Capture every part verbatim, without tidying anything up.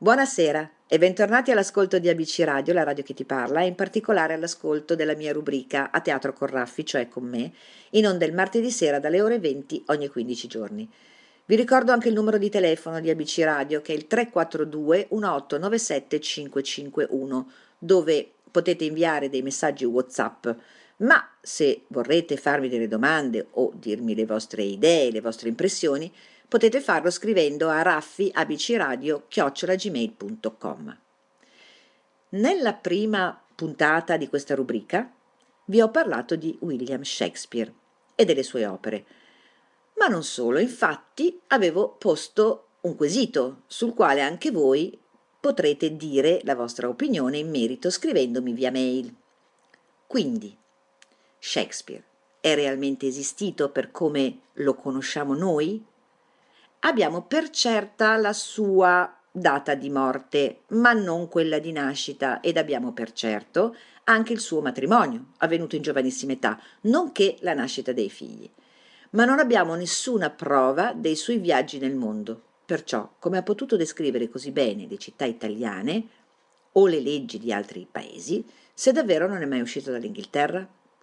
Buonasera e bentornati all'ascolto di A B C Radio, la radio che ti parla, e in particolare all'ascolto della mia rubrica A Teatro con Raffi, cioè con me, in onda il martedì sera dalle ore venti ogni quindici giorni. Vi ricordo anche il numero di telefono di A B C Radio, che è il tre quattro due uno otto nove sette cinque cinque uno, dove potete inviare dei messaggi WhatsApp, ma se vorrete farmi delle domande o dirmi le vostre idee, le vostre impressioni, potete farlo scrivendo a raffiabcradio chiocciola gmail punto com. Nella prima puntata di questa rubrica vi ho parlato di William Shakespeare e delle sue opere, ma non solo. Infatti avevo posto un quesito sul quale anche voi potrete dire la vostra opinione in merito scrivendomi via mail. Quindi, Shakespeare è realmente esistito per come lo conosciamo noi? Abbiamo per certa la sua data di morte, ma non quella di nascita, ed abbiamo per certo anche il suo matrimonio, avvenuto in giovanissima età, nonché la nascita dei figli. Ma non abbiamo nessuna prova dei suoi viaggi nel mondo. Perciò, come ha potuto descrivere così bene le città italiane o le leggi di altri paesi, se davvero non è mai uscito dall'Inghilterra?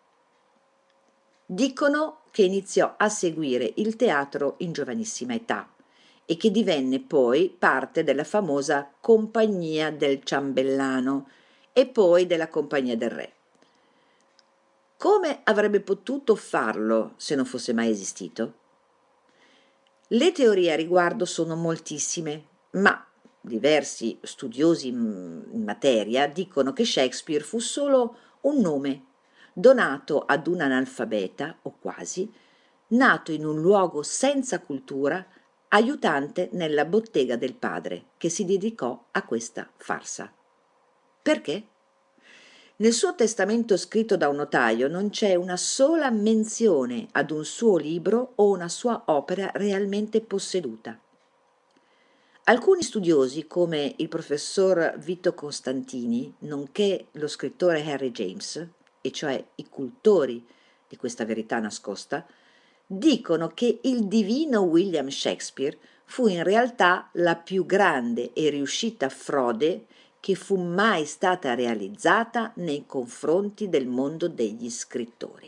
Dicono che iniziò a seguire il teatro in giovanissima età e che divenne poi parte della famosa Compagnia del Ciambellano e poi della Compagnia del Re. Come avrebbe potuto farlo se non fosse mai esistito? Le teorie a riguardo sono moltissime, ma diversi studiosi in materia dicono che Shakespeare fu solo un nome donato ad un analfabeta, o quasi, nato in un luogo senza cultura, aiutante nella bottega del padre, che si dedicò a questa farsa. Perché? Nel suo testamento scritto da un notaio non c'è una sola menzione ad un suo libro o una sua opera realmente posseduta. Alcuni studiosi, come il professor Vito Costantini, nonché lo scrittore Henry James, e cioè i cultori di questa verità nascosta, dicono che il divino William Shakespeare fu in realtà la più grande e riuscita frode che fu mai stata realizzata nei confronti del mondo degli scrittori.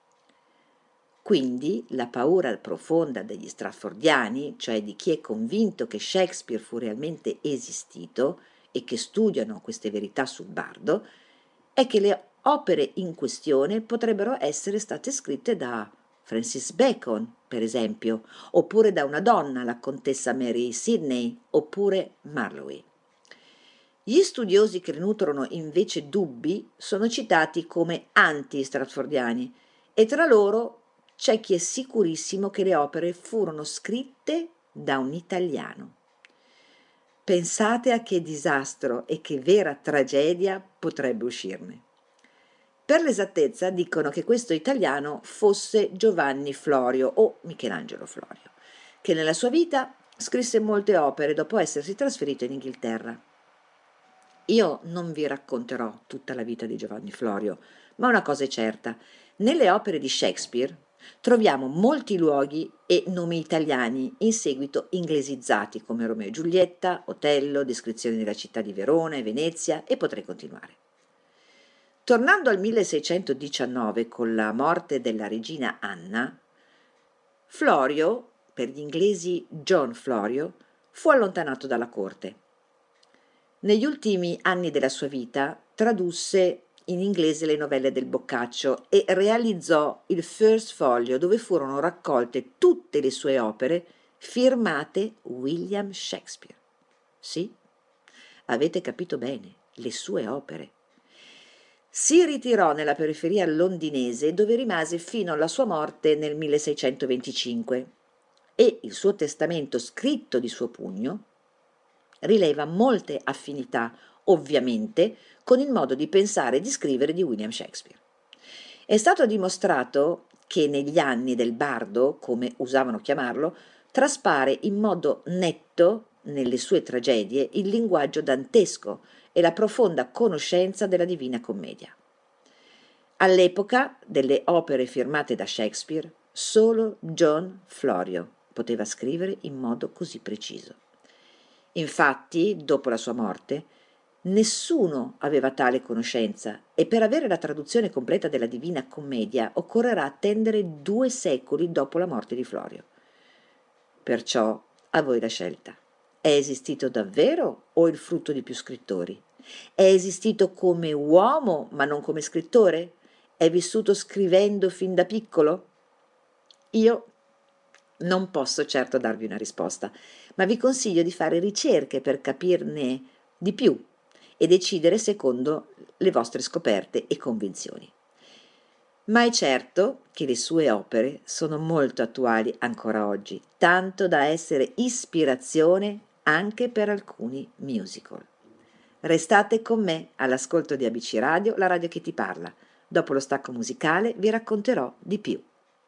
Quindi la paura profonda degli stratfordiani, cioè di chi è convinto che Shakespeare fu realmente esistito e che studiano queste verità sul bardo, è che le opere in questione potrebbero essere state scritte da Francis Bacon, per esempio, oppure da una donna, la contessa Mary Sidney, oppure Marlowe. Gli studiosi che nutrono invece dubbi sono citati come anti-stratfordiani, e tra loro c'è chi è sicurissimo che le opere furono scritte da un italiano. Pensate a che disastro e che vera tragedia potrebbe uscirne. Per l'esattezza dicono che questo italiano fosse Giovanni Florio o Michelangelo Florio, che nella sua vita scrisse molte opere dopo essersi trasferito in Inghilterra. Io non vi racconterò tutta la vita di Giovanni Florio, ma una cosa è certa: nelle opere di Shakespeare troviamo molti luoghi e nomi italiani in seguito inglesizzati, come Romeo e Giulietta, Otello, descrizioni della città di Verona e Venezia, e potrei continuare. Tornando al milleseicentodiciannove, con la morte della regina Anna, Florio, per gli inglesi John Florio, fu allontanato dalla corte. Negli ultimi anni della sua vita tradusse in inglese le novelle del Boccaccio e realizzò il First Folio, dove furono raccolte tutte le sue opere firmate William Shakespeare. Sì, avete capito bene, le sue opere. Si ritirò nella periferia londinese, dove rimase fino alla sua morte nel milleseicentoventicinque, e il suo testamento, scritto di suo pugno, rileva molte affinità, ovviamente, con il modo di pensare e di scrivere di William Shakespeare. È stato dimostrato che negli anni del bardo, come usavano chiamarlo, traspare in modo netto nelle sue tragedie il linguaggio dantesco e la profonda conoscenza della Divina Commedia. All'epoca delle opere firmate da Shakespeare, solo John Florio poteva scrivere in modo così preciso. Infatti, dopo la sua morte, nessuno aveva tale conoscenza e per avere la traduzione completa della Divina Commedia occorrerà attendere due secoli dopo la morte di Florio. Perciò a voi la scelta. È esistito davvero o il frutto di più scrittori? È esistito come uomo ma non come scrittore? È vissuto scrivendo fin da piccolo? Io non posso certo darvi una risposta, ma vi consiglio di fare ricerche per capirne di più e decidere secondo le vostre scoperte e convinzioni. Ma è certo che le sue opere sono molto attuali ancora oggi, tanto da essere ispirazione anche per alcuni musical. Restate con me all'ascolto di A B C Radio, la radio che ti parla. Dopo lo stacco musicale vi racconterò di più.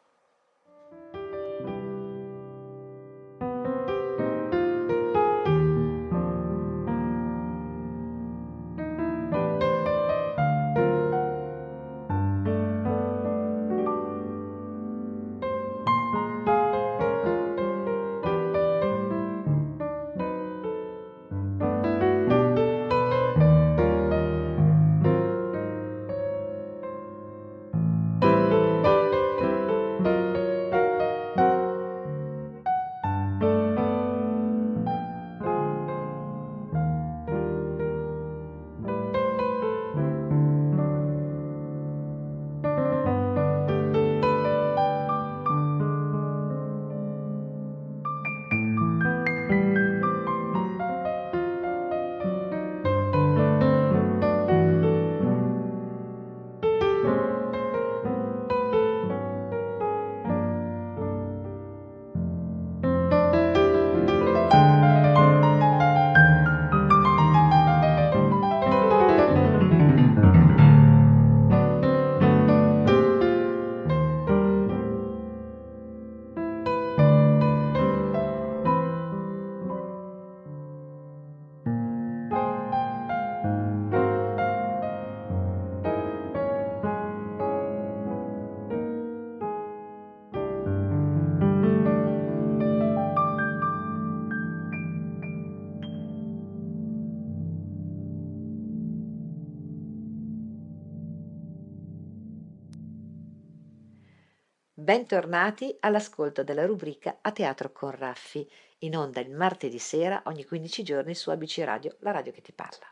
Bentornati all'ascolto della rubrica A Teatro con Raffi, in onda il martedì sera ogni quindici giorni su A B C Radio, la radio che ti parla.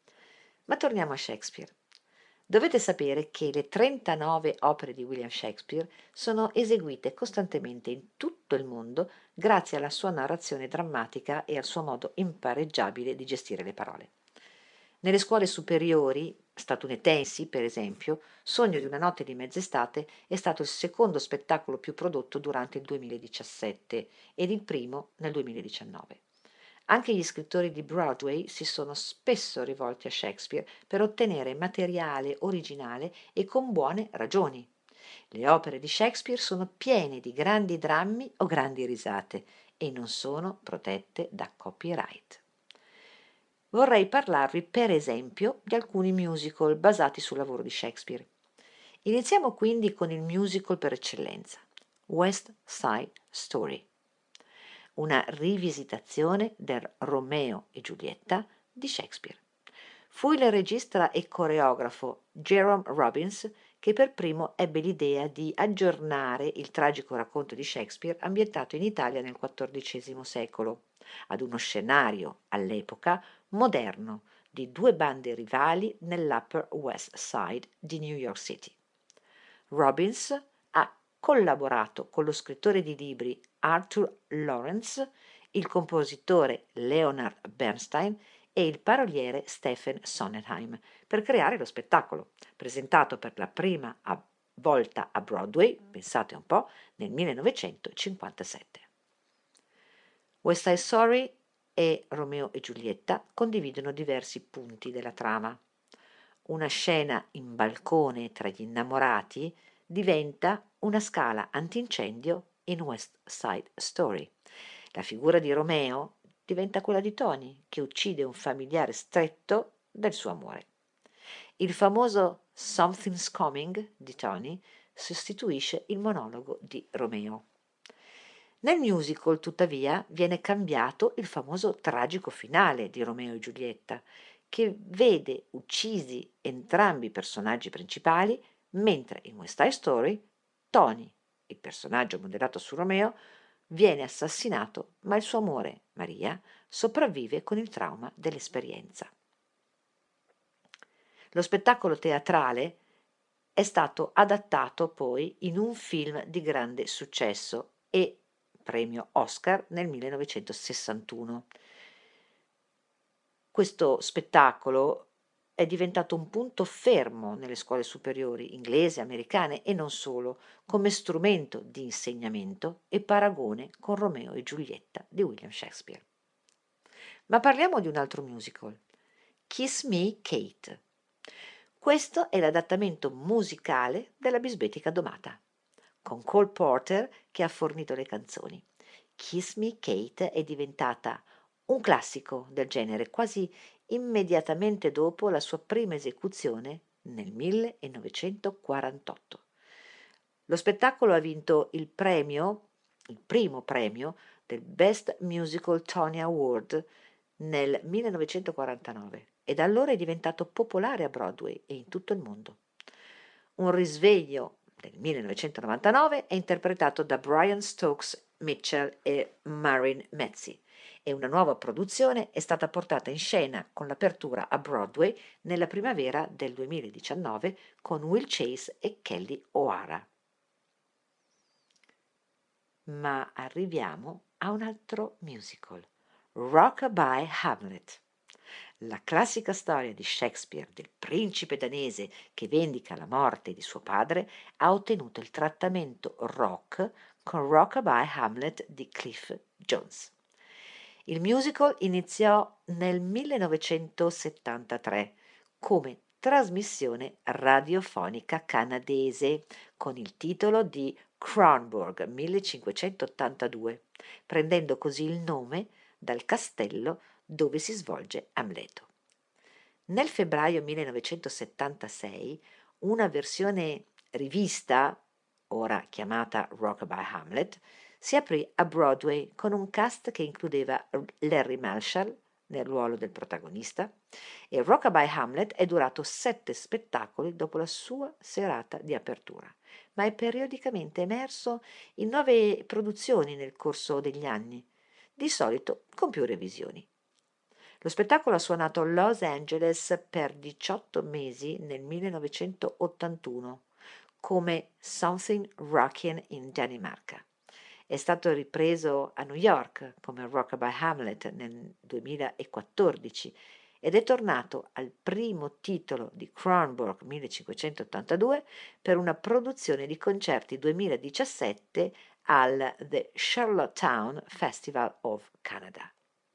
Ma torniamo a Shakespeare. Dovete sapere che le trentanove opere di William Shakespeare sono eseguite costantemente in tutto il mondo grazie alla sua narrazione drammatica e al suo modo impareggiabile di gestire le parole. Nelle scuole superiori statunitensi, per esempio, Sogno di una notte di mezz'estate è stato il secondo spettacolo più prodotto durante il duemiladiciassette ed il primo nel duemiladiciannove. Anche gli scrittori di Broadway si sono spesso rivolti a Shakespeare per ottenere materiale originale e con buone ragioni. Le opere di Shakespeare sono piene di grandi drammi o grandi risate e non sono protette da copyright. Vorrei parlarvi per esempio di alcuni musical basati sul lavoro di Shakespeare. Iniziamo quindi con il musical per eccellenza, West Side Story, una rivisitazione del Romeo e Giulietta di Shakespeare. Fu il regista e coreografo Jerome Robbins che per primo ebbe l'idea di aggiornare il tragico racconto di Shakespeare ambientato in Italia nel quattordicesimo secolo, ad uno scenario, all'epoca, moderno, di due bande rivali nell'Upper West Side di New York City. Robbins ha collaborato con lo scrittore di libri Arthur Lawrence, il compositore Leonard Bernstein e il paroliere Stephen Sondheim per creare lo spettacolo, presentato per la prima volta a Broadway, pensate un po', nel millenovecentocinquantasette. West Side Story e Romeo e Giulietta condividono diversi punti della trama. Una scena in balcone tra gli innamorati diventa una scala antincendio in West Side Story. La figura di Romeo diventa quella di Tony, che uccide un familiare stretto del suo amore. Il famoso Something's Coming di Tony sostituisce il monologo di Romeo. Nel musical, tuttavia, viene cambiato il famoso tragico finale di Romeo e Giulietta, che vede uccisi entrambi i personaggi principali, mentre in West Side Story Tony, il personaggio modellato su Romeo, viene assassinato, ma il suo amore, Maria, sopravvive con il trauma dell'esperienza. Lo spettacolo teatrale è stato adattato poi in un film di grande successo e premio Oscar nel millenovecentosessantuno. Questo spettacolo è diventato un punto fermo nelle scuole superiori inglesi, americane e non solo, come strumento di insegnamento e paragone con Romeo e Giulietta di William Shakespeare. Ma parliamo di un altro musical, Kiss Me Kate. Questo è l'adattamento musicale della Bisbetica Domata, con Cole Porter che ha fornito le canzoni. Kiss Me Kate è diventata un classico del genere quasi immediatamente dopo la sua prima esecuzione nel millenovecentoquarantotto. Lo spettacolo ha vinto il premio, il primo premio del Best Musical Tony Award nel millenovecentoquarantanove e da allora è diventato popolare a Broadway e in tutto il mondo. Un risveglio del millenovecentonovantanove è interpretato da Brian Stokes Mitchell e Marin Metzi e una nuova produzione è stata portata in scena con l'apertura a Broadway nella primavera del duemiladiciannove con Will Chase e Kelly O'Hara. Ma arriviamo a un altro musical, Rockabye Hamlet. La classica storia di Shakespeare del principe danese che vendica la morte di suo padre ha ottenuto il trattamento rock con Rockabye Hamlet di Cliff Jones. Il musical iniziò nel millenovecentosettantatré come trasmissione radiofonica canadese con il titolo di Cranborg millecinquecentottantadue, prendendo così il nome dal castello dove si svolge Amleto. Nel febbraio millenovecentosettantasei una versione rivista, ora chiamata Rockabye Hamlet, si aprì a Broadway con un cast che includeva Larry Marshall nel ruolo del protagonista e Rockabye Hamlet è durato sette spettacoli dopo la sua serata di apertura, ma è periodicamente emerso in nuove produzioni nel corso degli anni, di solito con più revisioni. Lo spettacolo ha suonato a Los Angeles per diciotto mesi nel millenovecentottantuno come Something Rockin' in Danimarca. È stato ripreso a New York come Rockabye Hamlet nel duemilaquattordici ed è tornato al primo titolo di Cranborg millecinquecentottantadue per una produzione di concerti duemiladiciassette al The Charlottetown Festival of Canada.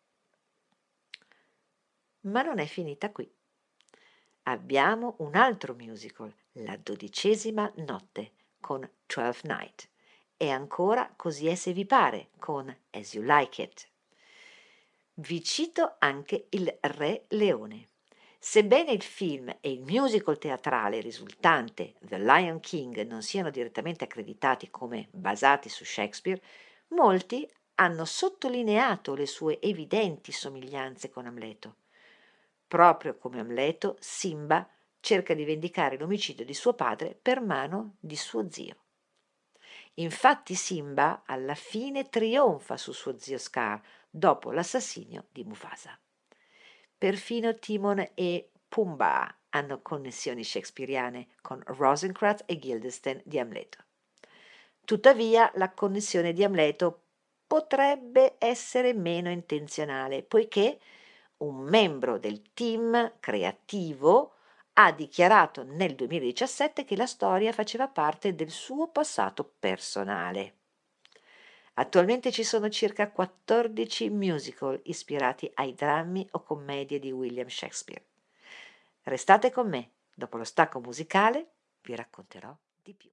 Ma non è finita qui. Abbiamo un altro musical, La dodicesima notte, con Twelfth Night, e ancora Così è se vi pare, con As You Like It. Vi cito anche Il Re Leone. Sebbene il film e il musical teatrale risultante, The Lion King, non siano direttamente accreditati come basati su Shakespeare, molti hanno sottolineato le sue evidenti somiglianze con Amleto. Proprio come Amleto, Simba cerca di vendicare l'omicidio di suo padre per mano di suo zio. Infatti Simba alla fine trionfa su suo zio Scar dopo l'assassinio di Mufasa. Perfino Timon e Pumbaa hanno connessioni shakespeariane con Rosencrantz e Guildenstern di Amleto. Tuttavia la connessione di Amleto potrebbe essere meno intenzionale, poiché un membro del team creativo ha dichiarato nel duemiladiciassette che la storia faceva parte del suo passato personale. Attualmente ci sono circa quattordici musical ispirati ai drammi o commedie di William Shakespeare. Restate con me, dopo lo stacco musicale vi racconterò di più.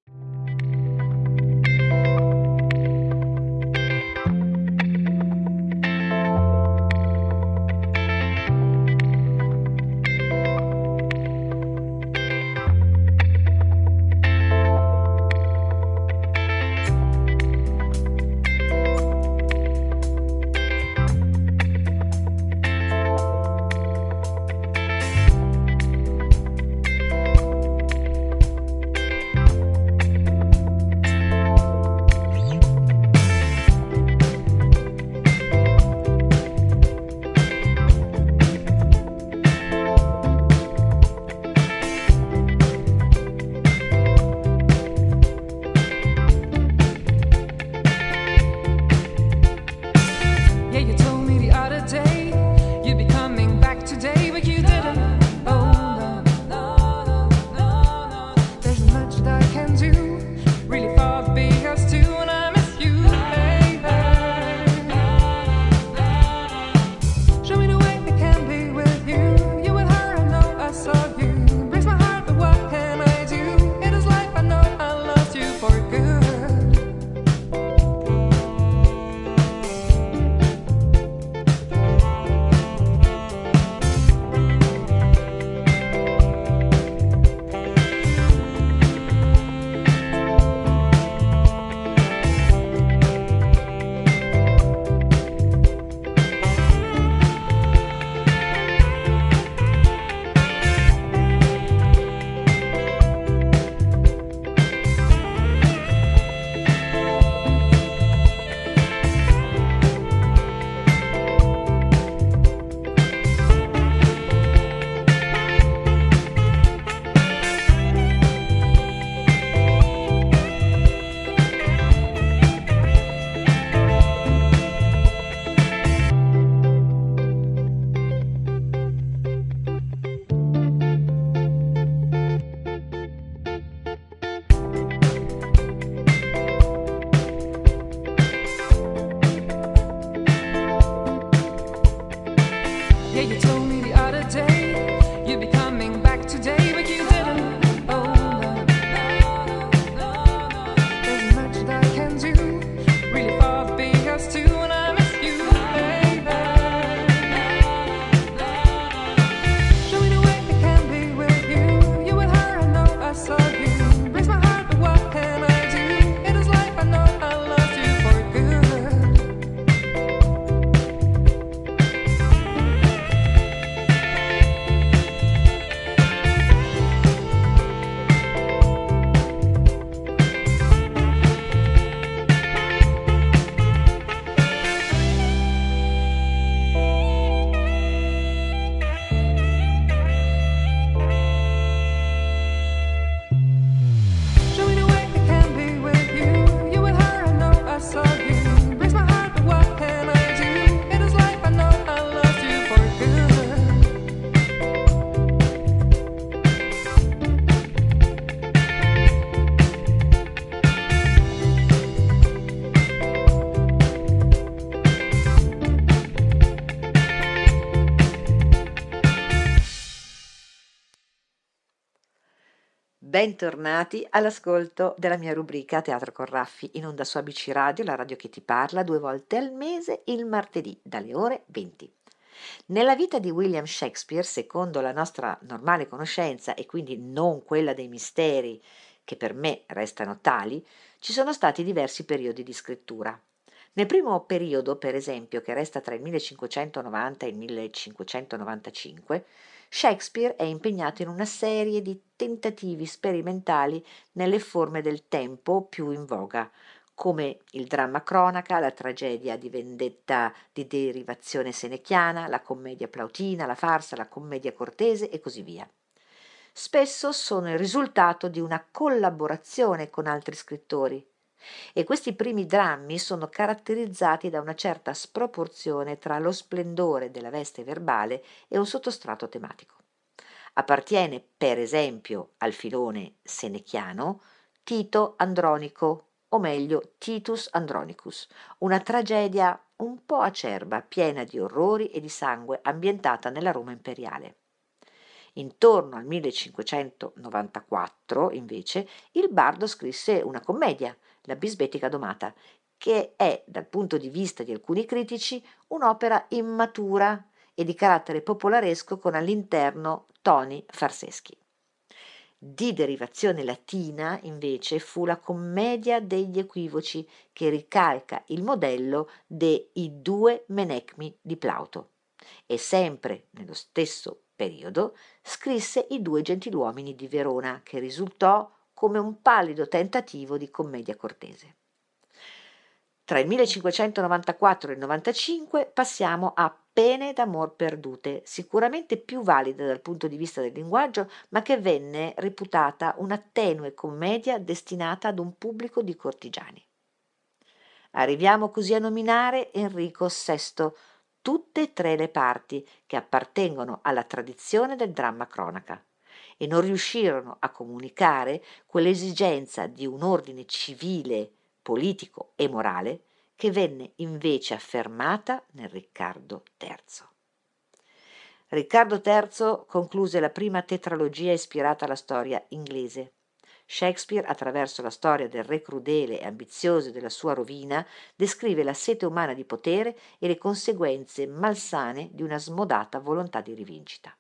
Bentornati all'ascolto della mia rubrica Teatro con Raffi, in onda su A B C Radio, la radio che ti parla, due volte al mese, il martedì, dalle ore venti. Nella vita di William Shakespeare, secondo la nostra normale conoscenza e quindi non quella dei misteri che per me restano tali, ci sono stati diversi periodi di scrittura. Nel primo periodo, per esempio, che resta tra il millecinquecentonovanta e il millecinquecentonovantacinque, Shakespeare è impegnato in una serie di tentativi sperimentali nelle forme del tempo più in voga, come il dramma cronaca, la tragedia di vendetta di derivazione senechiana, la commedia plautina, la farsa, la commedia cortese e così via. Spesso sono il risultato di una collaborazione con altri scrittori, e questi primi drammi sono caratterizzati da una certa sproporzione tra lo splendore della veste verbale e un sottostrato tematico. Appartiene, per esempio, al filone senechiano Tito Andronico, o meglio Titus Andronicus, una tragedia un po' acerba, piena di orrori e di sangue, ambientata nella Roma imperiale. Intorno al millecinquecentonovantaquattro, invece, il bardo scrisse una commedia, La bisbetica domata, che è, dal punto di vista di alcuni critici, un'opera immatura e di carattere popolaresco con all'interno toni farseschi. Di derivazione latina, invece, fu la commedia degli equivoci, che ricalca il modello dei due Menecmi di Plauto, e sempre nello stesso periodo scrisse I due gentiluomini di Verona, che risultò come un pallido tentativo di commedia cortese. Tra il millecinquecentonovantaquattro e il novantacinque passiamo a Pene d'amor perdute, sicuramente più valida dal punto di vista del linguaggio, ma che venne reputata una tenue commedia destinata ad un pubblico di cortigiani. Arriviamo così a nominare Enrico sesto, tutte e tre le parti che appartengono alla tradizione del dramma cronaca, e non riuscirono a comunicare quell'esigenza di un ordine civile, politico e morale che venne invece affermata nel Riccardo terzo. Riccardo terzo concluse la prima tetralogia ispirata alla storia inglese. Shakespeare, attraverso la storia del re crudele e ambizioso della sua rovina, descrive la sete umana di potere e le conseguenze malsane di una smodata volontà di rivincita.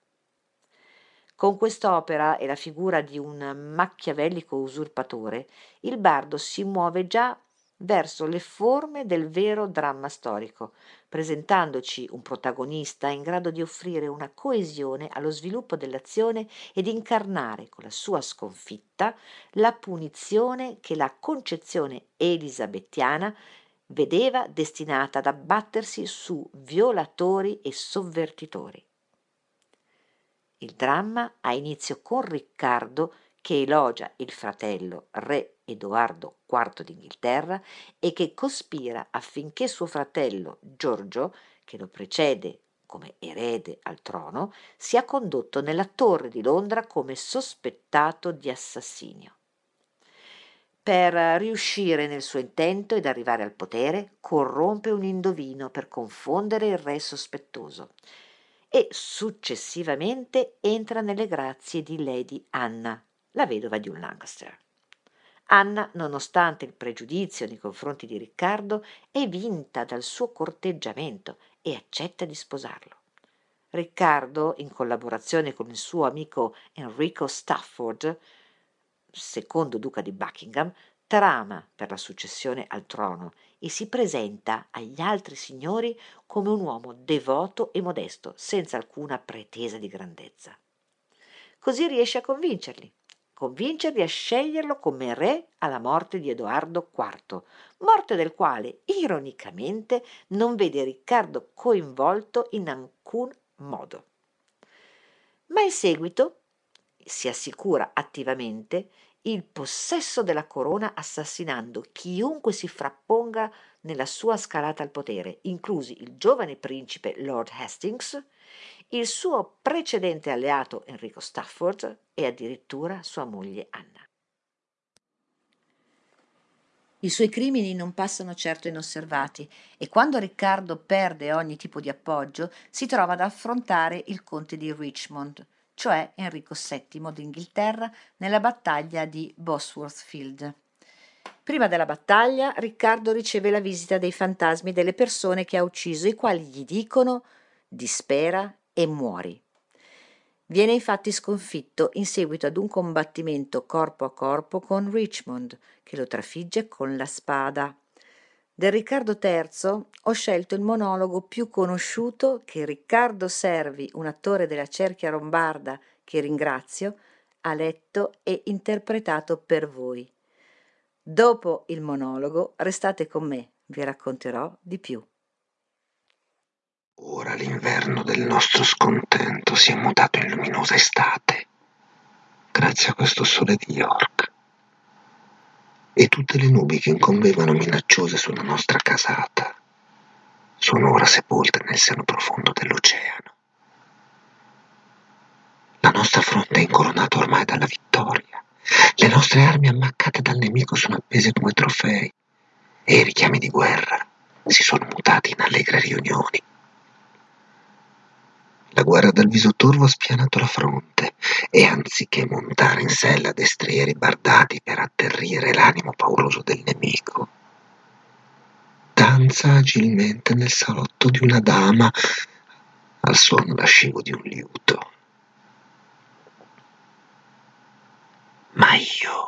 Con quest'opera e la figura di un macchiavellico usurpatore, il bardo si muove già verso le forme del vero dramma storico, presentandoci un protagonista in grado di offrire una coesione allo sviluppo dell'azione e di incarnare con la sua sconfitta la punizione che la concezione elisabettiana vedeva destinata ad abbattersi su violatori e sovvertitori. Il dramma ha inizio con Riccardo che elogia il fratello re Edoardo quarto d'Inghilterra e che cospira affinché suo fratello Giorgio, che lo precede come erede al trono, sia condotto nella Torre di Londra come sospettato di assassinio. Per riuscire nel suo intento ed arrivare al potere, corrompe un indovino per confondere il re sospettoso e successivamente entra nelle grazie di Lady Anna, la vedova di un Lancaster. Anna, nonostante il pregiudizio nei confronti di Riccardo, è vinta dal suo corteggiamento e accetta di sposarlo. Riccardo, in collaborazione con il suo amico Enrico Stafford, secondo duca di Buckingham, trama per la successione al trono e si presenta agli altri signori come un uomo devoto e modesto, senza alcuna pretesa di grandezza. Così riesce a convincerli, convincerli a sceglierlo come re alla morte di Edoardo quarto, morte del quale, ironicamente, non vede Riccardo coinvolto in alcun modo. Ma in seguito si assicura attivamente il possesso della corona assassinando chiunque si frapponga nella sua scalata al potere, inclusi il giovane principe Lord Hastings, il suo precedente alleato Enrico Stafford e addirittura sua moglie Anna. I suoi crimini non passano certo inosservati e quando Riccardo perde ogni tipo di appoggio si trova ad affrontare il conte di Richmond, cioè Enrico settimo d'Inghilterra, nella battaglia di Bosworth Field. Prima della battaglia, Riccardo riceve la visita dei fantasmi delle persone che ha ucciso, i quali gli dicono: dispera e muori. Viene infatti sconfitto in seguito ad un combattimento corpo a corpo con Richmond, che lo trafigge con la spada. Del Riccardo terzo ho scelto il monologo più conosciuto che Riccardo Servi, un attore della cerchia lombarda che ringrazio, ha letto e interpretato per voi. Dopo il monologo restate con me, vi racconterò di più. Ora l'inverno del nostro scontento si è mutato in luminosa estate, grazie a questo sole di York. E tutte le nubi che incombevano minacciose sulla nostra casata sono ora sepolte nel seno profondo dell'oceano. La nostra fronte è incoronata ormai dalla vittoria. Le nostre armi ammaccate dal nemico sono appese come trofei e i richiami di guerra si sono mutati in allegre riunioni. La guerra dal viso torvo ha spianato la fronte e anziché montare in sella destrieri bardati per atterrire l'animo pauroso del nemico, danza agilmente nel salotto di una dama al suono lascivo di un liuto. Ma io,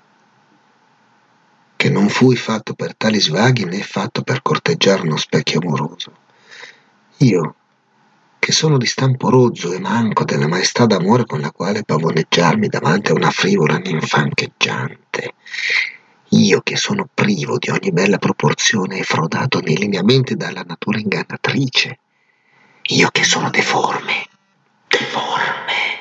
che non fui fatto per tali svaghi né fatto per corteggiare uno specchio amoroso, io, che sono di stampo rozzo e manco della maestà d'amore con la quale pavoneggiarmi davanti a una frivola ninfancheggiante, io che sono privo di ogni bella proporzione e frodato nei lineamenti dalla natura ingannatrice, io che sono deforme, deforme,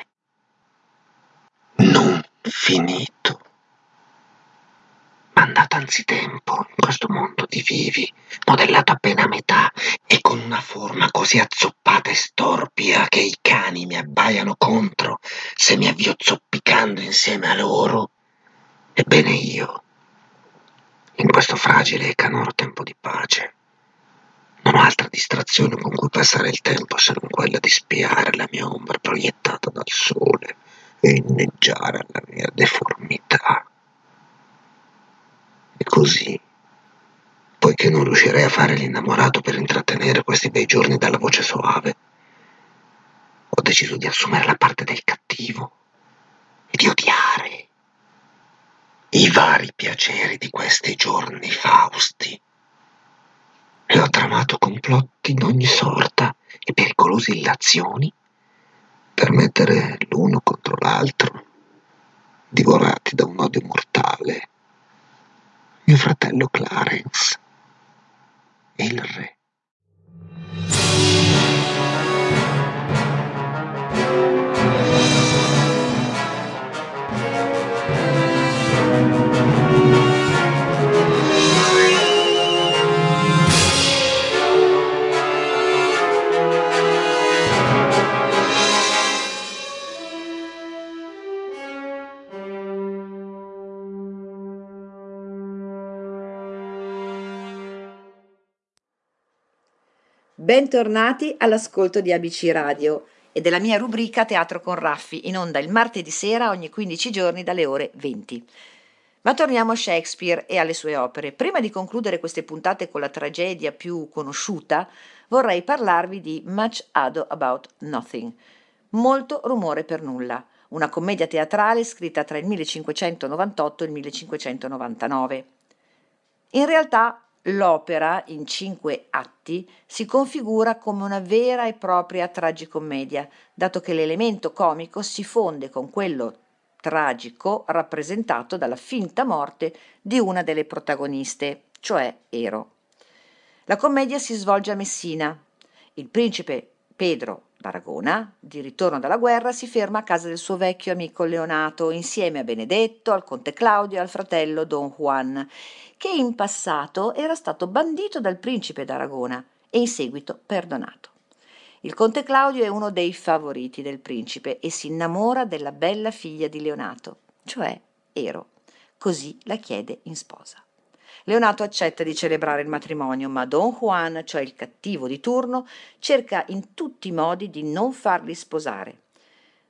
non finito, mandato anzitempo in questo mondo di vivi, modellato appena a metà e con una forma così azzoppata e storpia che i cani mi abbaiano contro se mi avvio zoppicando insieme a loro. Ebbene io, in questo fragile e canoro tempo di pace, non ho altra distrazione con cui passare il tempo se non quella di spiare la mia ombra proiettata dal sole e inneggiare alla mia deformità. E così, poiché non riuscirei a fare l'innamorato per intrattenere questi bei giorni dalla voce soave, ho deciso di assumere la parte del cattivo e di odiare i vari piaceri di questi giorni fausti. E ho tramato complotti d'ogni sorta e pericolose illazioni per mettere l'uno contro l'altro, divorati da un odio mortale, mio fratello Clarence e il re. Bentornati all'ascolto di A B C Radio e della mia rubrica Teatro con Raffi, in onda il martedì sera ogni quindici giorni dalle ore venti. Ma torniamo a Shakespeare e alle sue opere. Prima di concludere queste puntate con la tragedia più conosciuta, vorrei parlarvi di Much Ado About Nothing, Molto rumore per nulla, una commedia teatrale scritta tra il millecinquecentonovantotto e il millecinquecentonovantanove. In realtà l'opera, in cinque atti, si configura come una vera e propria tragicommedia, dato che l'elemento comico si fonde con quello tragico rappresentato dalla finta morte di una delle protagoniste, cioè Ero. La commedia si svolge a Messina. Il principe Pedro d'Aragona, di ritorno dalla guerra, si ferma a casa del suo vecchio amico Leonato, insieme a Benedetto, al conte Claudio e al fratello Don Juan, che in passato era stato bandito dal principe d'Aragona e in seguito perdonato. Il conte Claudio è uno dei favoriti del principe e si innamora della bella figlia di Leonato, cioè Ero. Così la chiede in sposa. Leonato accetta di celebrare il matrimonio, ma Don Juan, cioè il cattivo di turno, cerca in tutti i modi di non farli sposare.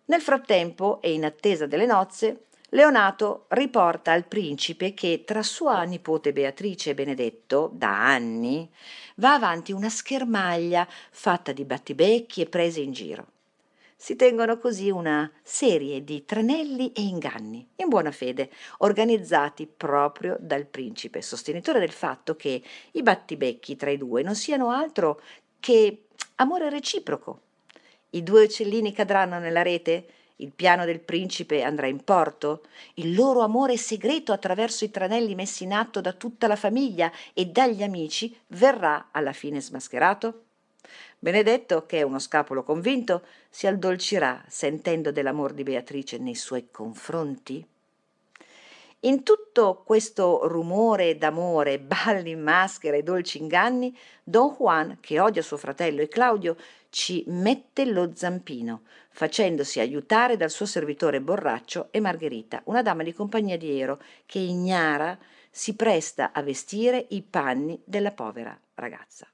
Nel frattempo, e in attesa delle nozze, Leonato riporta al principe che tra sua nipote Beatrice e Benedetto, da anni, va avanti una schermaglia fatta di battibecchi e prese in giro. Si tengono così una serie di tranelli e inganni, in buona fede, organizzati proprio dal principe, sostenitore del fatto che i battibecchi tra i due non siano altro che amore reciproco. I due uccellini cadranno nella rete? Il piano del principe andrà in porto? Il loro amore segreto attraverso i tranelli messi in atto da tutta la famiglia e dagli amici verrà alla fine smascherato? Benedetto, che è uno scapolo convinto, si addolcirà sentendo dell'amor di Beatrice nei suoi confronti? In tutto questo rumore d'amore, balli in maschera e dolci inganni, Don Juan, che odia suo fratello e Claudio, ci mette lo zampino, facendosi aiutare dal suo servitore Borraccio e Margherita, una dama di compagnia di Ero, che ignara si presta a vestire i panni della povera ragazza.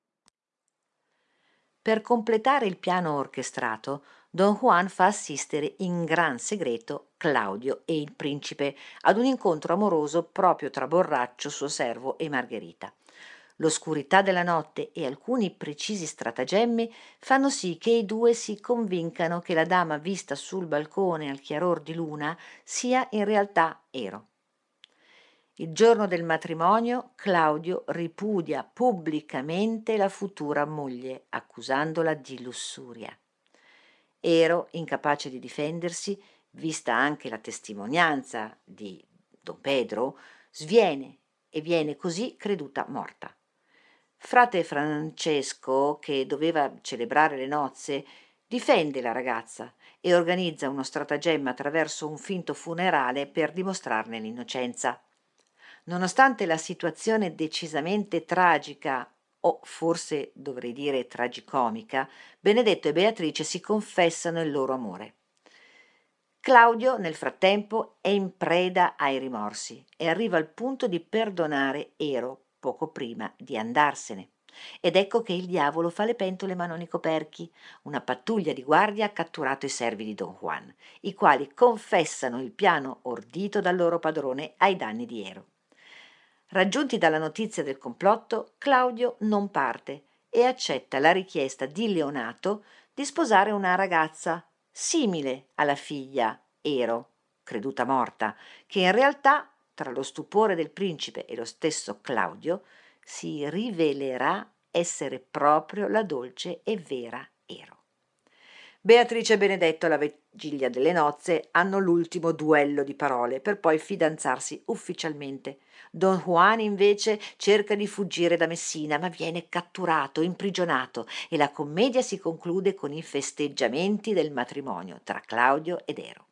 Per completare il piano orchestrato, Don Juan fa assistere in gran segreto Claudio e il principe ad un incontro amoroso proprio tra Borraccio, suo servo, e Margherita. L'oscurità della notte e alcuni precisi stratagemmi fanno sì che i due si convincano che la dama vista sul balcone al chiaror di luna sia in realtà Ero. Il giorno del matrimonio Claudio ripudia pubblicamente la futura moglie, accusandola di lussuria. Ero, incapace di difendersi, vista anche la testimonianza di Don Pedro, sviene e viene così creduta morta. Frate Francesco, che doveva celebrare le nozze, difende la ragazza e organizza uno stratagemma attraverso un finto funerale per dimostrarne l'innocenza. Nonostante la situazione decisamente tragica, o forse dovrei dire tragicomica, Benedetto e Beatrice si confessano il loro amore. Claudio, nel frattempo, è in preda ai rimorsi e arriva al punto di perdonare Ero poco prima di andarsene. Ed ecco che il diavolo fa le pentole ma non i coperchi. Una pattuglia di guardia ha catturato i servi di Don Juan, i quali confessano il piano ordito dal loro padrone ai danni di Ero. Raggiunti dalla notizia del complotto, Claudio non parte e accetta la richiesta di Leonato di sposare una ragazza simile alla figlia Ero, creduta morta, che in realtà, tra lo stupore del principe e lo stesso Claudio, si rivelerà essere proprio la dolce e vera Ero. Beatrice e Benedetto alla vigilia delle nozze hanno l'ultimo duello di parole per poi fidanzarsi ufficialmente. Don Juan invece cerca di fuggire da Messina, ma viene catturato, imprigionato e la commedia si conclude con i festeggiamenti del matrimonio tra Claudio ed Ero.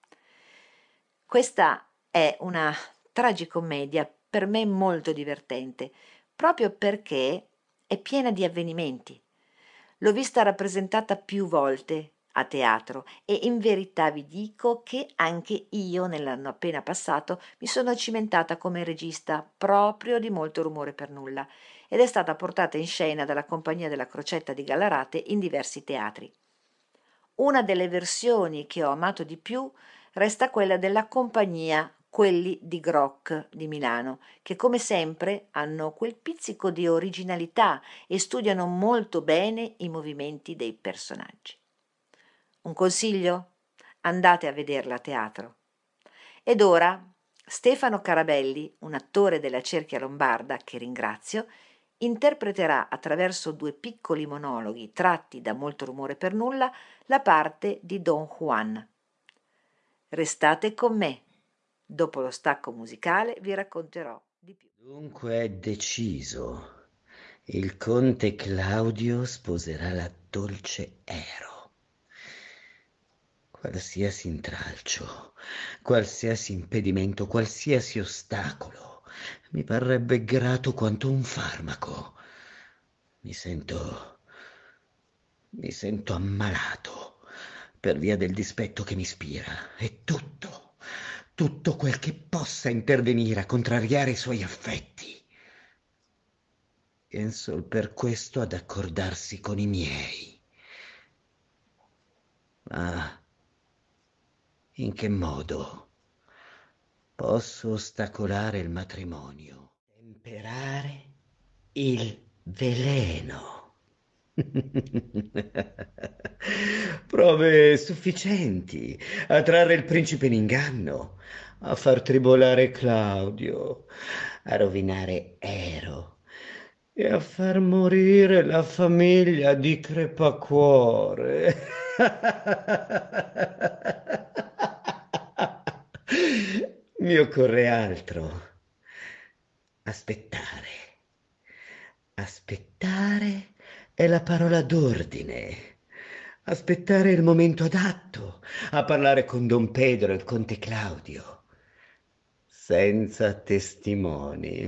Questa è una tragicommedia per me molto divertente, proprio perché è piena di avvenimenti. L'ho vista rappresentata più volte a teatro e in verità vi dico che anche io nell'anno appena passato mi sono cimentata come regista proprio di Molto rumore per nulla ed è stata portata in scena dalla Compagnia della Crocetta di Gallarate in diversi teatri. Una delle versioni che ho amato di più resta quella della compagnia Quelli di Groc di Milano, che come sempre hanno quel pizzico di originalità e studiano molto bene i movimenti dei personaggi. Un consiglio? Andate a vederla a teatro. Ed ora Stefano Carabelli, un attore della Cerchia Lombarda che ringrazio, interpreterà attraverso due piccoli monologhi tratti da Molto rumore per nulla la parte di Don Juan. Restate con me. Dopo lo stacco musicale vi racconterò di più. Dunque è deciso. Il conte Claudio sposerà la dolce Ero. Qualsiasi intralcio, qualsiasi impedimento, qualsiasi ostacolo mi parrebbe grato quanto un farmaco. Mi sento... mi sento ammalato per via del dispetto che mi ispira e tutto, tutto quel che possa intervenire a contrariare i suoi affetti. Vien sol per questo ad accordarsi con i miei. Ma In che modo posso ostacolare il matrimonio? Temperare il veleno. Prove sufficienti a trarre il principe in inganno, a far tribolare Claudio, a rovinare Ero e a far morire la famiglia di Crepacuore. Mi occorre altro. Aspettare. Aspettare è la parola d'ordine. Aspettare il momento adatto a parlare con Don Pedro e il conte Claudio, senza testimoni.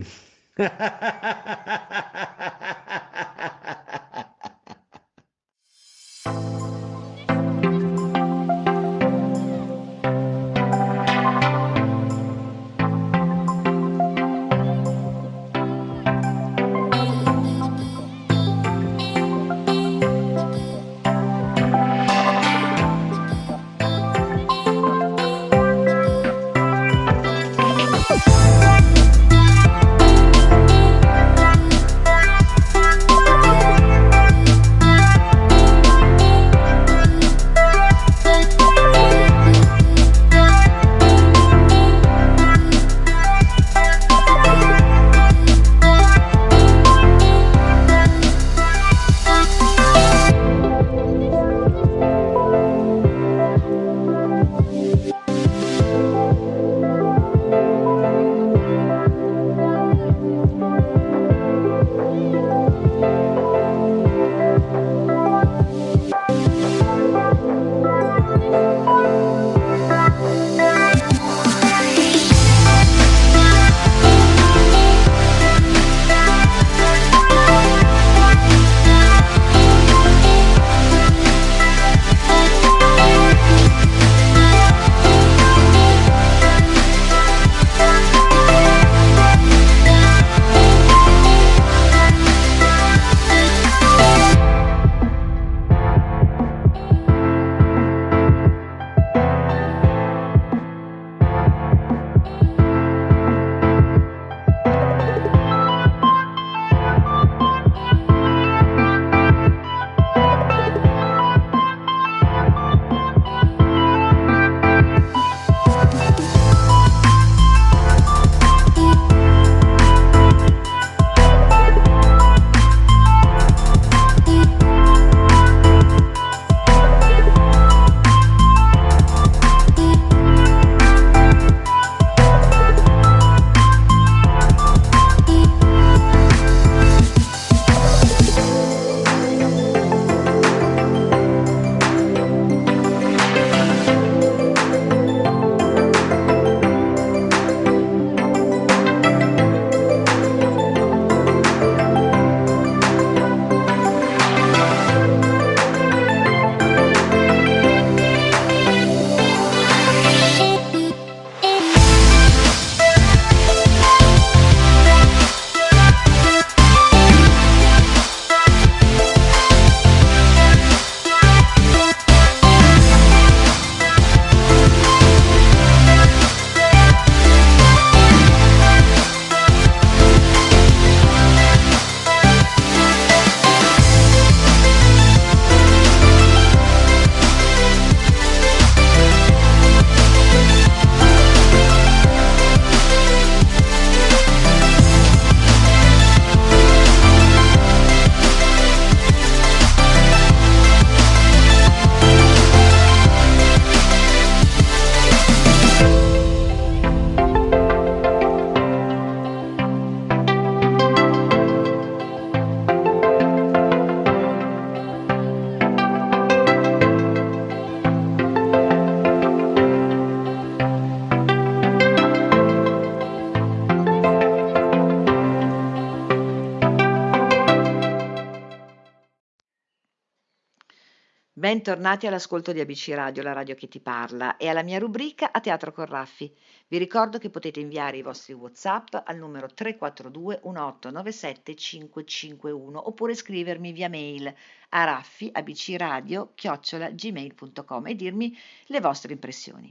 Bentornati all'ascolto di A B C Radio, la radio che ti parla, e alla mia rubrica A Teatro con Raffi. Vi ricordo che potete inviare i vostri WhatsApp al numero tre quattro due uno otto nove sette cinque cinque uno oppure scrivermi via mail a raffi abcradio chiocciola gmail punto com e dirmi le vostre impressioni.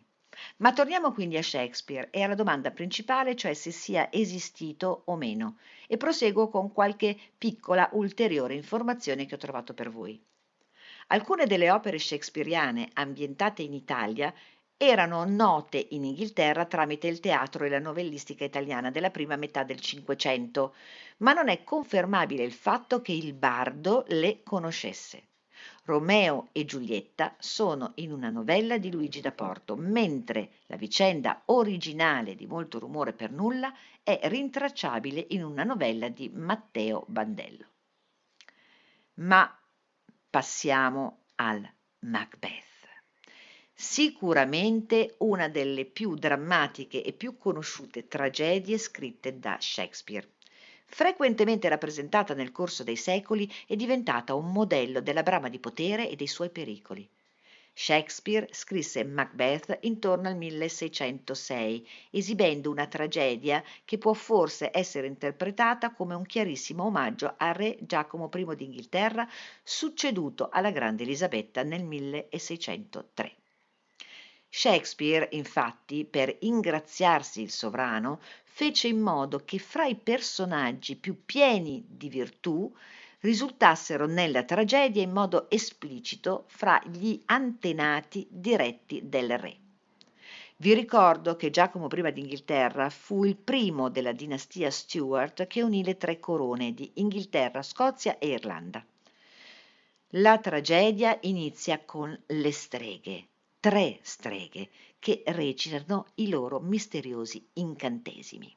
Ma torniamo quindi a Shakespeare e alla domanda principale, cioè se sia esistito o meno, e proseguo con qualche piccola ulteriore informazione che ho trovato per voi. Alcune delle opere shakespeariane ambientate in Italia erano note in Inghilterra tramite il teatro e la novellistica italiana della prima metà del Cinquecento, ma non è confermabile il fatto che il bardo le conoscesse. Romeo e Giulietta sono in una novella di Luigi da Porto, mentre la vicenda originale di Molto rumore per nulla è rintracciabile in una novella di Matteo Bandello. Ma passiamo al Macbeth. Sicuramente una delle più drammatiche e più conosciute tragedie scritte da Shakespeare. Frequentemente rappresentata nel corso dei secoli, è diventata un modello della brama di potere e dei suoi pericoli. Shakespeare scrisse Macbeth intorno al milleseicentosei, esibendo una tragedia che può forse essere interpretata come un chiarissimo omaggio al re Giacomo I d'Inghilterra, succeduto alla grande Elisabetta nel milleseicentotre. Shakespeare, infatti, per ingraziarsi il sovrano, fece in modo che fra i personaggi più pieni di virtù risultassero nella tragedia in modo esplicito fra gli antenati diretti del re. Vi ricordo che Giacomo I d'Inghilterra fu il primo della dinastia Stuart che unì le tre corone di Inghilterra, Scozia e Irlanda. La tragedia inizia con le streghe, tre streghe, che recitano i loro misteriosi incantesimi.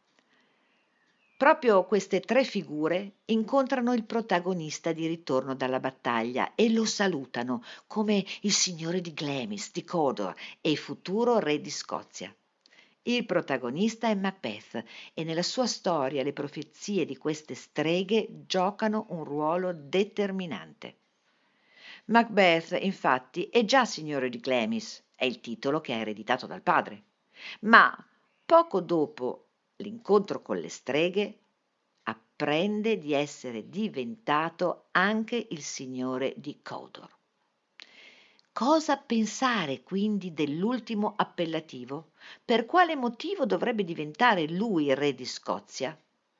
Proprio queste tre figure incontrano il protagonista di ritorno dalla battaglia e lo salutano come il signore di Glamis, di Cawdor e il futuro re di Scozia. Il protagonista è Macbeth e nella sua storia le profezie di queste streghe giocano un ruolo determinante. Macbeth, infatti, è già signore di Glamis, è il titolo che ha ereditato dal padre, ma poco dopo l'incontro con le streghe apprende di essere diventato anche il signore di Cawdor. Cosa pensare quindi dell'ultimo appellativo? Per quale motivo dovrebbe diventare lui re di Scozia?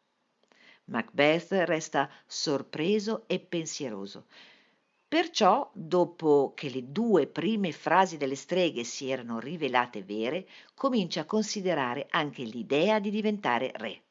Macbeth resta sorpreso e pensieroso. Perciò, dopo che le due prime frasi delle streghe si erano rivelate vere, comincia a considerare anche l'idea di diventare re.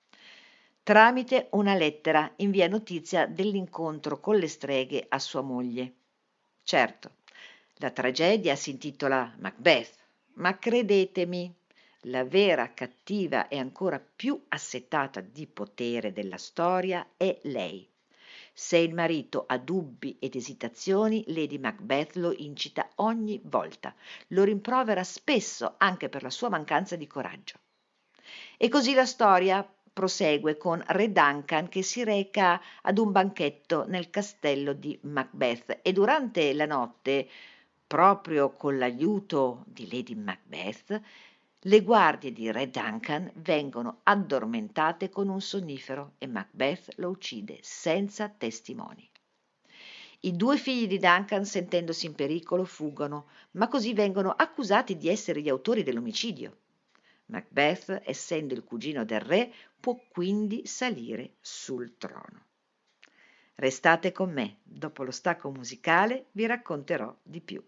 Tramite una lettera invia notizia dell'incontro con le streghe a sua moglie. Certo, la tragedia si intitola Macbeth, ma credetemi, la vera cattiva e ancora più assetata di potere della storia è lei. Se il marito ha dubbi ed esitazioni, Lady Macbeth lo incita ogni volta, lo rimprovera spesso anche per la sua mancanza di coraggio. E così la storia prosegue con Re Duncan che si reca ad un banchetto nel castello di Macbeth e durante la notte, proprio con l'aiuto di Lady Macbeth, le guardie di Re Duncan vengono addormentate con un sonnifero e Macbeth lo uccide senza testimoni. I due figli di Duncan, sentendosi in pericolo, fuggono, ma così vengono accusati di essere gli autori dell'omicidio. Macbeth, essendo il cugino del re, può quindi salire sul trono. Restate con me, dopo lo stacco musicale vi racconterò di più.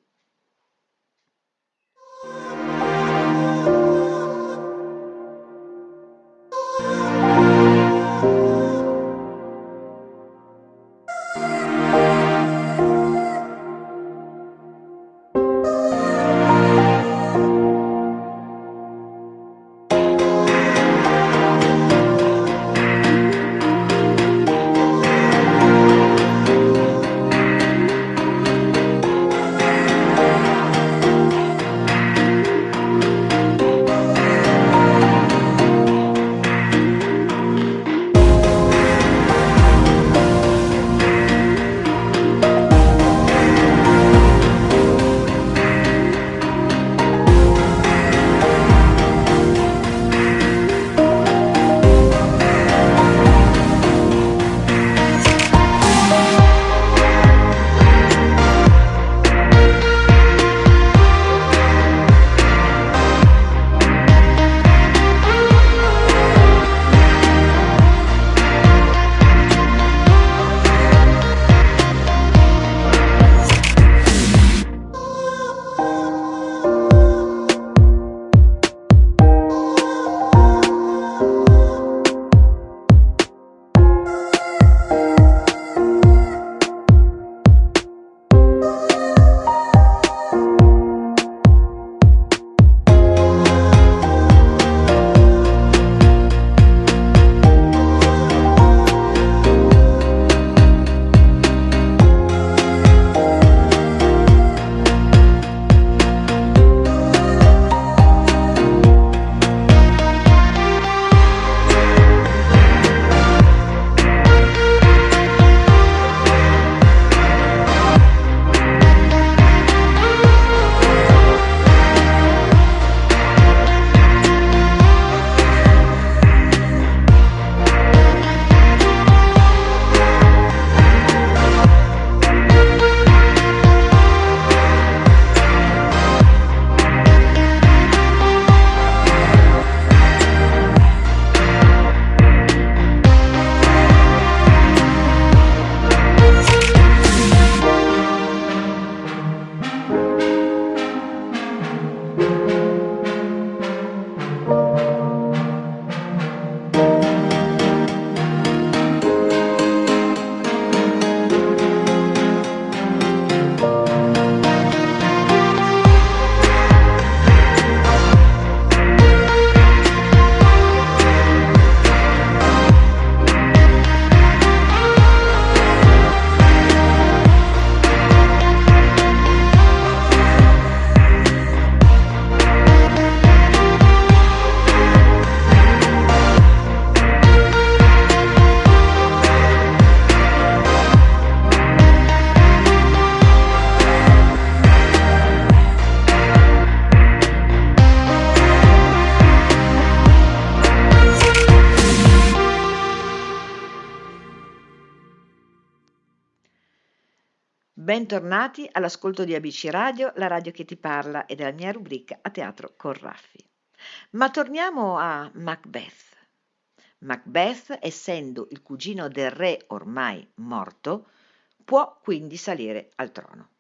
Bentornati all'ascolto di A B C Radio, la radio che ti parla, e della mia rubrica A Teatro con Raffi. Ma torniamo a Macbeth. Macbeth, essendo il cugino del re ormai morto, può quindi salire al trono.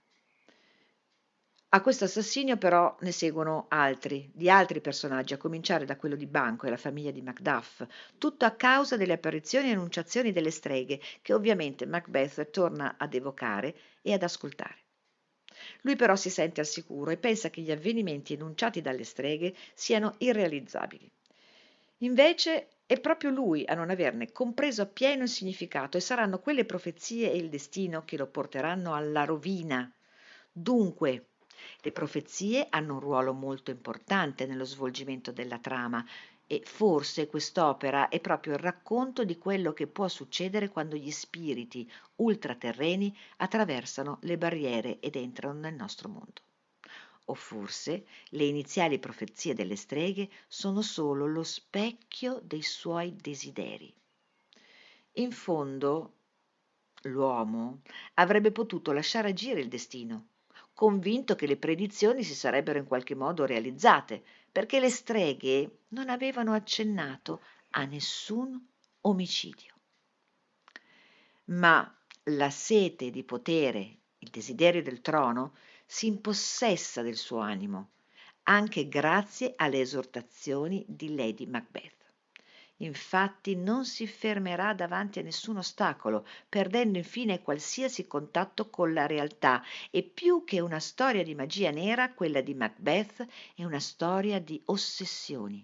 A questo assassinio però ne seguono altri, di altri personaggi, a cominciare da quello di Banquo e la famiglia di Macduff, tutto a causa delle apparizioni e enunciazioni delle streghe, che ovviamente Macbeth torna ad evocare e ad ascoltare. Lui però si sente al sicuro e pensa che gli avvenimenti enunciati dalle streghe siano irrealizzabili. Invece è proprio lui a non averne compreso appieno il significato, e saranno quelle profezie e il destino che lo porteranno alla rovina. Dunque, le profezie hanno un ruolo molto importante nello svolgimento della trama, e forse quest'opera è proprio il racconto di quello che può succedere quando gli spiriti ultraterreni attraversano le barriere ed entrano nel nostro mondo. O forse le iniziali profezie delle streghe sono solo lo specchio dei suoi desideri. In fondo, l'uomo avrebbe potuto lasciare agire il destino, convinto che le predizioni si sarebbero in qualche modo realizzate, perché le streghe non avevano accennato a nessun omicidio. Ma la sete di potere, il desiderio del trono, si impossessa del suo animo, anche grazie alle esortazioni di Lady Macbeth. Infatti non si fermerà davanti a nessun ostacolo, perdendo infine qualsiasi contatto con la realtà, e più che una storia di magia nera, quella di Macbeth è una storia di ossessioni.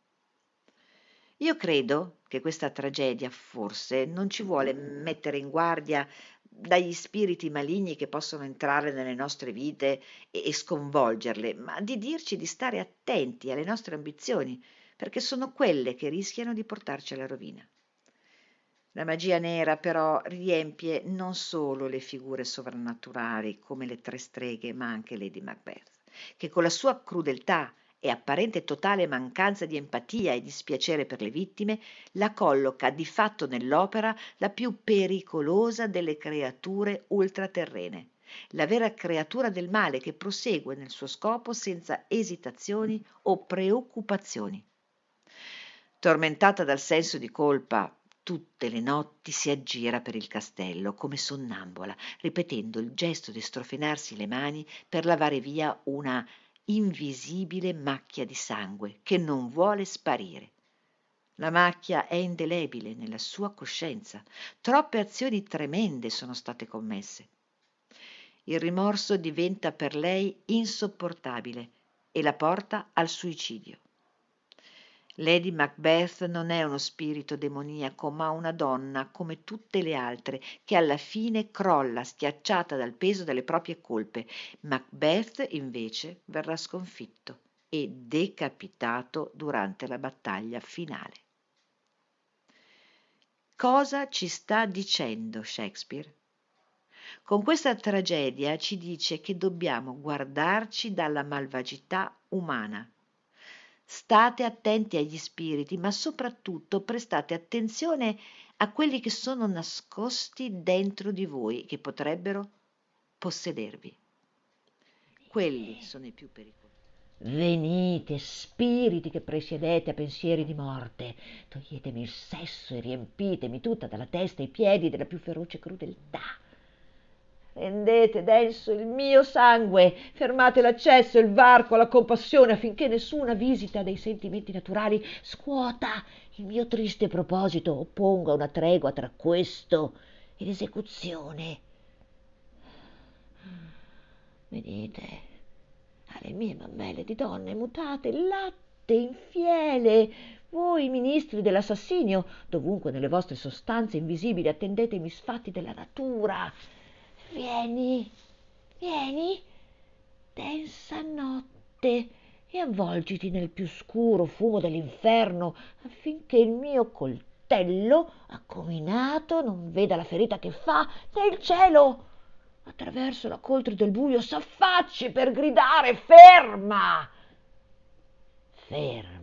Io credo che questa tragedia forse non ci vuole mettere in guardia dagli spiriti maligni che possono entrare nelle nostre vite e, e sconvolgerle, ma di dirci di stare attenti alle nostre ambizioni, perché sono quelle che rischiano di portarci alla rovina. La magia nera però riempie non solo le figure sovrannaturali come le tre streghe, ma anche Lady Macbeth, che con la sua crudeltà e apparente totale mancanza di empatia e dispiacere per le vittime la colloca di fatto nell'opera la più pericolosa delle creature ultraterrene, la vera creatura del male che prosegue nel suo scopo senza esitazioni o preoccupazioni. Tormentata dal senso di colpa, tutte le notti si aggira per il castello come sonnambula, ripetendo il gesto di strofinarsi le mani per lavare via una invisibile macchia di sangue che non vuole sparire. La macchia è indelebile nella sua coscienza. Troppe azioni tremende sono state commesse. Il rimorso diventa per lei insopportabile e la porta al suicidio. Lady Macbeth non è uno spirito demoniaco, ma una donna come tutte le altre, che alla fine crolla schiacciata dal peso delle proprie colpe. Macbeth invece verrà sconfitto e decapitato durante la battaglia finale. Cosa ci sta dicendo Shakespeare? Con questa tragedia ci dice che dobbiamo guardarci dalla malvagità umana. State attenti agli spiriti, ma soprattutto prestate attenzione a quelli che sono nascosti dentro di voi, che potrebbero possedervi. Quelli sono i più pericolosi. Venite, spiriti che presiedete a pensieri di morte, toglietemi il sesso e riempitemi tutta dalla testa ai piedi della più feroce crudeltà. Rendete denso il mio sangue, fermate l'accesso e il varco alla compassione, affinché nessuna visita dei sentimenti naturali scuota il mio triste proposito, opponga una tregua tra questo e l'esecuzione. Venite alle mie mammelle di donne mutate in latte, in fiele, voi ministri dell'assassinio, dovunque nelle vostre sostanze invisibili attendete i misfatti della natura. Vieni, vieni, densa notte, e avvolgiti nel più scuro fumo dell'inferno, affinché il mio coltello accominato non veda la ferita che fa, né il cielo attraverso la coltre del buio s'affacci per gridare: ferma, ferma.